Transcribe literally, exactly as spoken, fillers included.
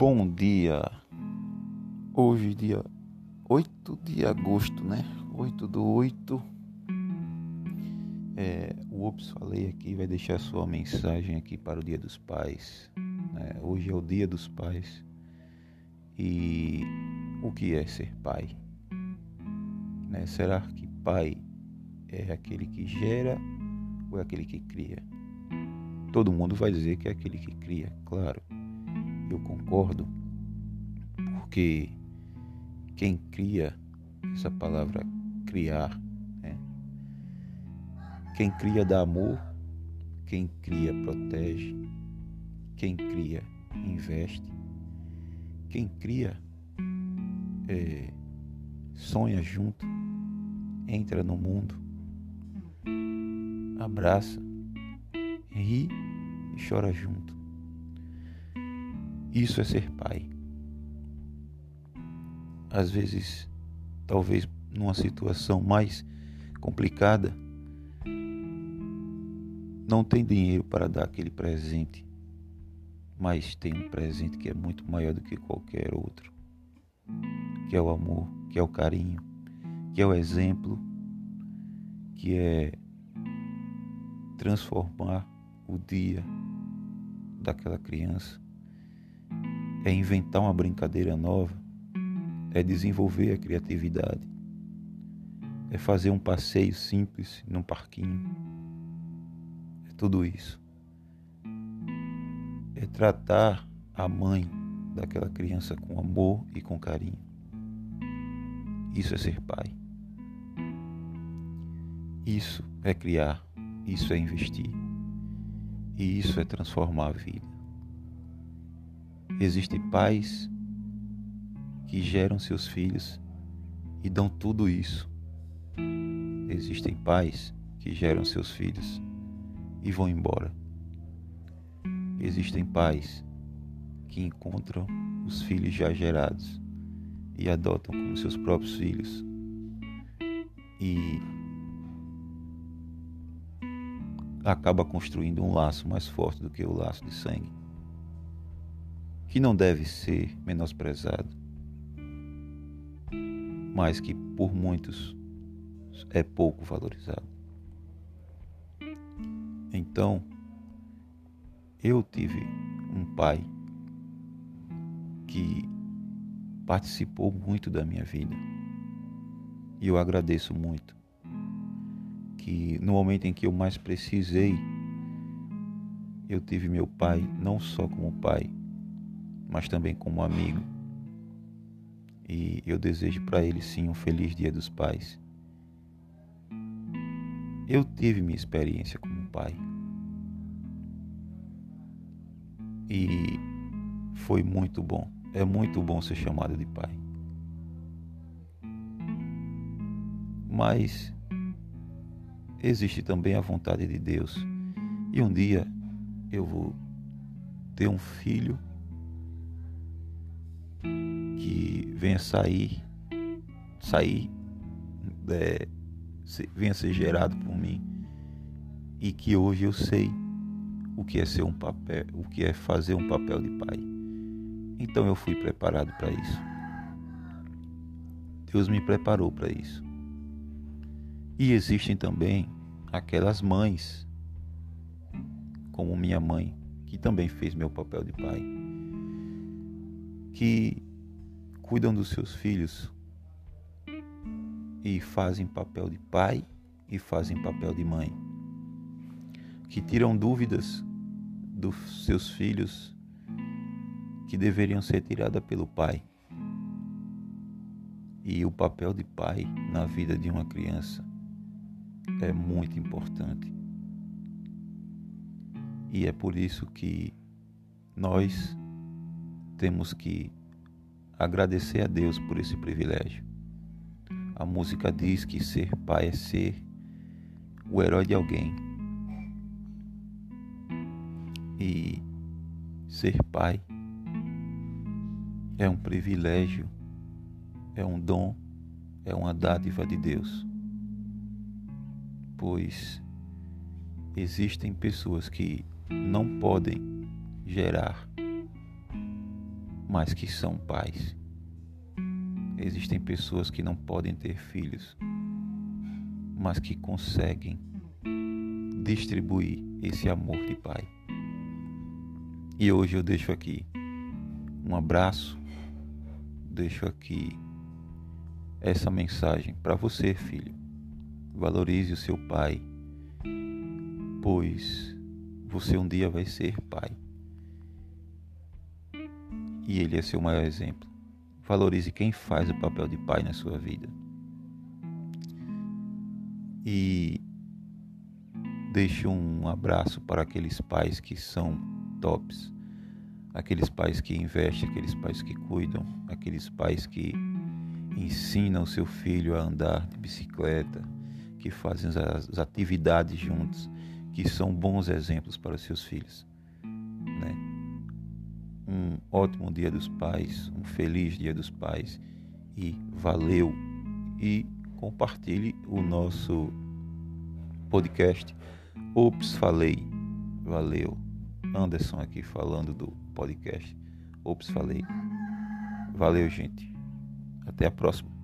Bom dia, hoje dia oito de agosto, né? oito do oito. É, o Ops Falei aqui vai deixar sua mensagem aqui para o Dia dos Pais, né? Hoje é o Dia dos Pais. E o que é ser pai? Né? Será que pai é aquele que gera ou é aquele que cria? Todo mundo vai dizer que é aquele que cria, claro. Eu concordo, porque quem cria, essa palavra criar, né? Quem cria dá amor, quem cria protege, quem cria investe, quem cria é, sonha junto, entra no mundo, abraça, ri e chora junto. Isso é ser pai. Às vezes, talvez numa situação mais complicada, não tem dinheiro para dar aquele presente, mas tem um presente que é muito maior do que qualquer outro, que é o amor, que é o carinho, que é o exemplo, que é transformar o dia daquela criança, é inventar uma brincadeira nova, é desenvolver a criatividade, é fazer um passeio simples num parquinho, é tudo isso. É tratar a mãe daquela criança com amor e com carinho. Isso é ser pai. Isso é criar, isso é investir, e isso é transformar a vida. Existem pais que geram seus filhos e dão tudo isso. Existem pais que geram seus filhos e vão embora. Existem pais que encontram os filhos já gerados e adotam como seus próprios filhos e acaba construindo um laço mais forte do que o laço de sangue, que não deve ser menosprezado, mas que por muitos é pouco valorizado. Então, eu tive um pai que participou muito da minha vida e eu agradeço muito que no momento em que eu mais precisei, eu tive meu pai não só como pai, mas também como amigo. E eu desejo para ele sim um feliz Dia dos Pais. Eu tive minha experiência como pai e foi muito bom. É muito bom ser chamado de pai. Mas existe também a vontade de Deus. E um dia eu vou ter um filho que venha sair, sair, é, venha ser gerado por mim e que hoje eu sei o que é ser um papel, o que é fazer um papel de pai. Então eu fui preparado para isso. Deus me preparou para isso. E existem também aquelas mães, como minha mãe, que também fez meu papel de pai, que cuidam dos seus filhos e fazem papel de pai e fazem papel de mãe, que tiram dúvidas dos seus filhos que deveriam ser tiradas pelo pai. E o papel de pai na vida de uma criança é muito importante. E é por isso que nós temos que agradecer a Deus por esse privilégio. A música diz que ser pai é ser o herói de alguém. E ser pai é um privilégio, é um dom, é uma dádiva de Deus. Pois existem pessoas que não podem gerar, mas que são pais. Existem pessoas que não podem ter filhos, mas que conseguem distribuir esse amor de pai. E hoje eu deixo aqui um abraço, deixo aqui essa mensagem para você, filho. Valorize o seu pai, pois você um dia vai ser pai. E ele é seu maior exemplo. Valorize quem faz o papel de pai na sua vida. E deixe um abraço para aqueles pais que são tops. Aqueles pais que investem, aqueles pais que cuidam, aqueles pais que ensinam o seu filho a andar de bicicleta, que fazem as atividades juntos, que são bons exemplos para os seus filhos, né? Um ótimo Dia dos Pais, um feliz Dia dos Pais e valeu! E compartilhe o nosso podcast. Ops, falei. Valeu! Anderson aqui falando do podcast. Ops, falei. Valeu, gente. Até a próxima.